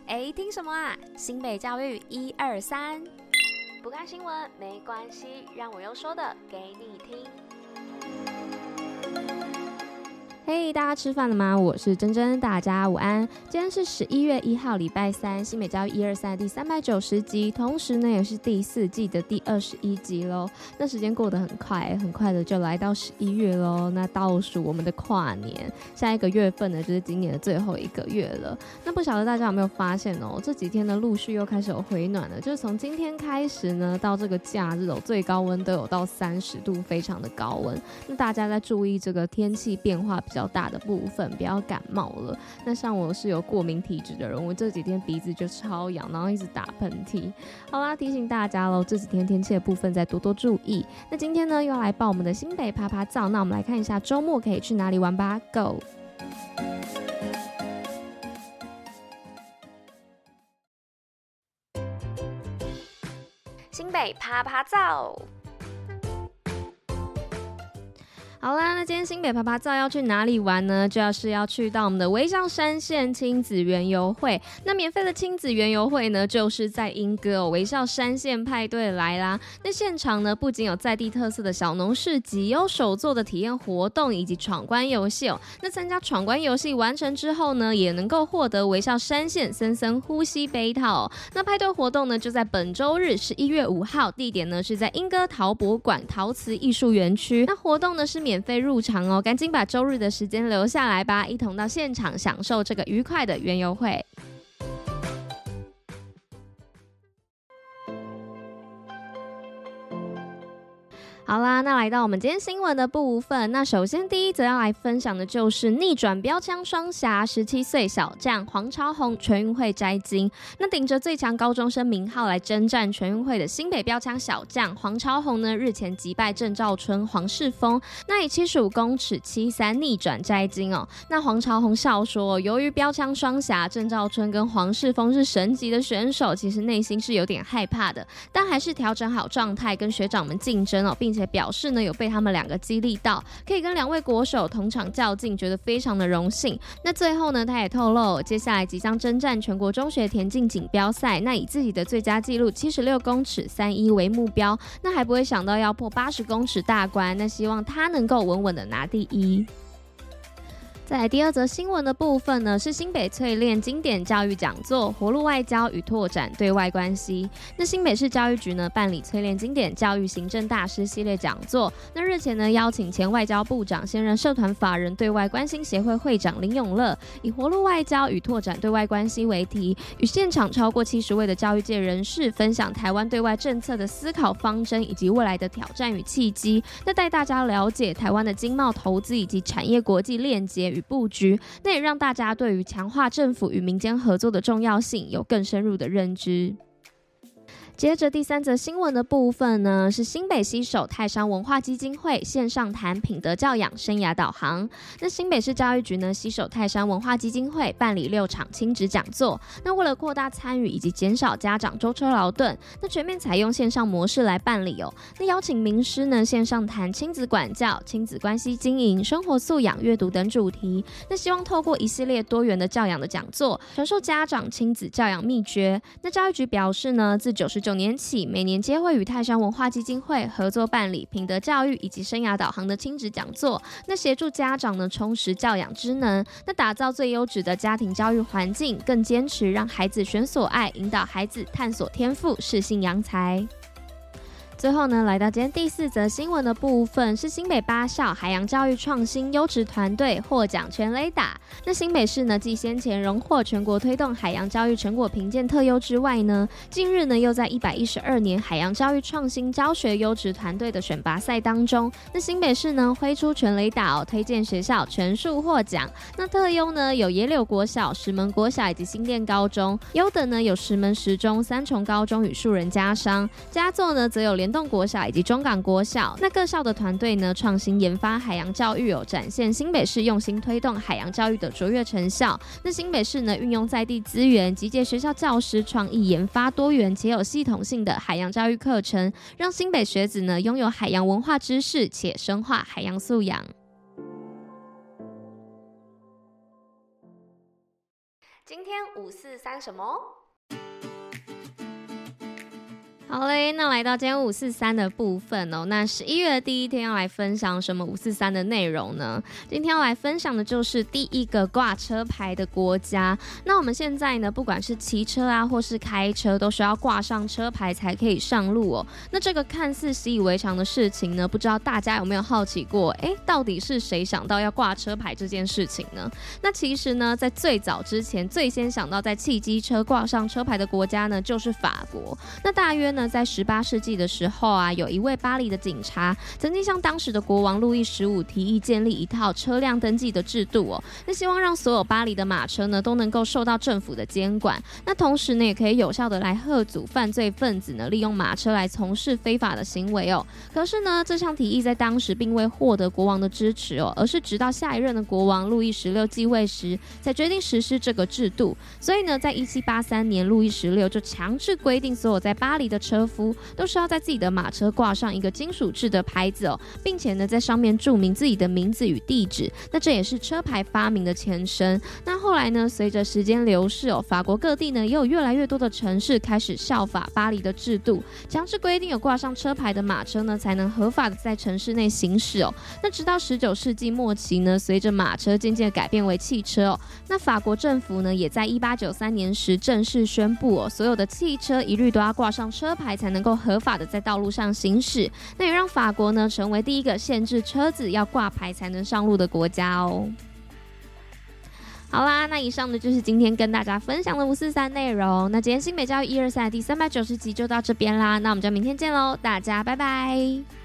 听什么啊？新北教育123，不看新闻没关系，让我用说的给你听。嘿，大家吃饭了吗？我是珍珍，大家午安。今天是11月1号，礼拜三，新北教育123第390集，同时呢也是第4季的第21集咯。那时间过得很快，很快的就来到11月咯。那倒数我们的跨年，下一个月份呢就是今年的最后一个月了。那不晓得大家有没有发现哦，这几天呢陆续又开始有回暖了，就是从今天开始呢到这个假日哦，最高温都有到30度，非常的高温。那大家在注意这个天气变化比较大的部分，不要感冒了。那像我是有过敏体质的人，我这几天鼻子就超痒，然后一直打喷嚏。好啦，提醒大家咯，这几天天气的部分再多多注意。那今天呢又要来报我们的新北趴趴造，那我们来看一下周末可以去哪里玩吧 ，Go！ 新北趴趴造。好啦，那今天新北趴趴造要去哪里玩呢？就是要去到我们的微笑山线亲子园游会。那免费的亲子园游会呢，就是在莺歌微笑山线派对来啦。那现场呢，不仅有在地特色的小农市集，有手作的体验活动以及闯关游戏哦。那参加闯关游戏完成之后呢，也能够获得微笑山线森森呼吸杯套哦。那派对活动呢，就在本周日11月5号，地点呢是在莺歌陶博馆陶瓷艺术园区。那活动呢是免费入场哦，赶紧把周日的时间留下来吧，一同到现场享受这个愉快的园游会。好啦，那来到我们今天新闻的部分，那首先第一则要来分享的就是逆转标枪双侠，17岁小将黄超宏全运会摘金。那顶着最强高中生名号来征战全运会的新北标枪小将黄超宏呢，日前击败郑兆春、黄世峰，那以75公尺73逆转摘金哦。那黄超宏笑说，由于标枪双侠郑兆春跟黄世峰是神级的选手，其实内心是有点害怕的，但还是调整好状态跟学长们竞争哦，并且表示呢有被他们两个激励到，可以跟2位国手同场较劲，觉得非常的荣幸。那最后呢，他也透露，接下来即将征战全国中学田径锦标赛，那以自己的最佳纪录76公尺31为目标，那还不会想到要破80公尺大关，那希望他能够稳稳的拿第一。再来第二则新闻的部分呢，是新北淬炼经典教育讲座，活路外交与拓展对外关系。那新北市教育局呢办理淬炼经典教育行政大师系列讲座。那日前呢邀请前外交部长、现任社团法人对外关心协会会长林永乐，以活路外交与拓展对外关系为题，与现场超过70位的教育界人士分享台湾对外政策的思考方针以及未来的挑战与契机。那带大家了解台湾的经贸投资以及产业国际链接与布局，那也让大家对于强化政府与民间合作的重要性有更深入的认知。接着第3则新闻的部分呢，是新北携手泰山文化基金会线上谈品德教养生涯导航。那新北市教育局呢携手泰山文化基金会办理6场亲子讲座。那为了扩大参与以及减少家长舟车劳顿，那全面采用线上模式来办理哦。那邀请名师呢线上谈亲子管教、亲子关系经营、生活素养、阅读等主题。那希望透过一系列多元的教养的讲座，传授家长亲子教养秘诀。那教育局表示呢，自99年起，每年皆会与泰山文化基金会合作办理品德教育以及生涯导航的亲子讲座，那协助家长呢充实教养知能，那打造最优质的家庭教育环境，更坚持让孩子选所爱，引导孩子探索天赋，适性扬才。最后呢，来到今天第4则新闻的部分，是新北8校海洋教育创新优质团队获奖全垒打。那新北市呢，继先前荣获全国推动海洋教育成果评鉴特优之外呢，近日呢又在112年海洋教育创新教学优质团队的选拔赛当中，那新北市呢挥出全垒打推荐学校全数获奖。那特优呢有野柳国小、石门国小以及新店高中，优等呢有石门实中、三重高中与树人家商，佳作呢则有联动国小以及中港国小。那各校的团队呢创新研发海洋教育展现新北市用心推动海洋教育的卓越成效。那新北市呢运用在地资源，集结学校教师创意研发多元且有系统性的海洋教育课程，让新北学子呢拥有海洋文化知识且深化海洋素养。 今天543什么？好嘞，那来到今天543的部分哦。那11月的第一天要来分享什么543的内容呢？今天要来分享的就是第一个挂车牌的国家。那我们现在呢，不管是骑车啊，或是开车，都需要挂上车牌才可以上路哦。那这个看似习以为常的事情呢，不知道大家有没有好奇过？到底是谁想到要挂车牌这件事情呢？那其实呢，在最早之前，最先想到在汽机车挂上车牌的国家呢，就是法国。那大约呢，在18世纪的时候啊，有一位巴黎的警察曾经向当时的国王路易15提议建立一套车辆登记的制度哦，那希望让所有巴黎的马车呢都能够受到政府的监管，那同时呢也可以有效的来遏阻犯罪分子呢利用马车来从事非法的行为哦。可是呢，这项提议在当时并未获得国王的支持哦，而是直到下一任的国王路易16继位时才决定实施这个制度。所以呢，在1783年，路易16就强制规定所有在巴黎的车夫都是要在自己的马车挂上一个金属制的牌子哦，并且呢在上面注明自己的名字与地址。那这也是车牌发明的前身。那后来呢，随着时间流逝哦，法国各地呢也有越来越多的城市开始效法巴黎的制度，强制规定有挂上车牌的马车呢才能合法的在城市内行驶哦。那直到19世纪末期呢，随着马车渐渐改变为汽车哦，那法国政府呢也在1893年时正式宣布哦，所有的汽车一律都要挂上车牌才能够合法的在道路上行驶。那也让法国呢成为第一个限制车子要挂牌才能上路的国家哦。好啦，那以上呢就是今天跟大家分享的543内容。那今天新北教育123的第390集就到这边啦，那我们就明天见喽，大家拜拜。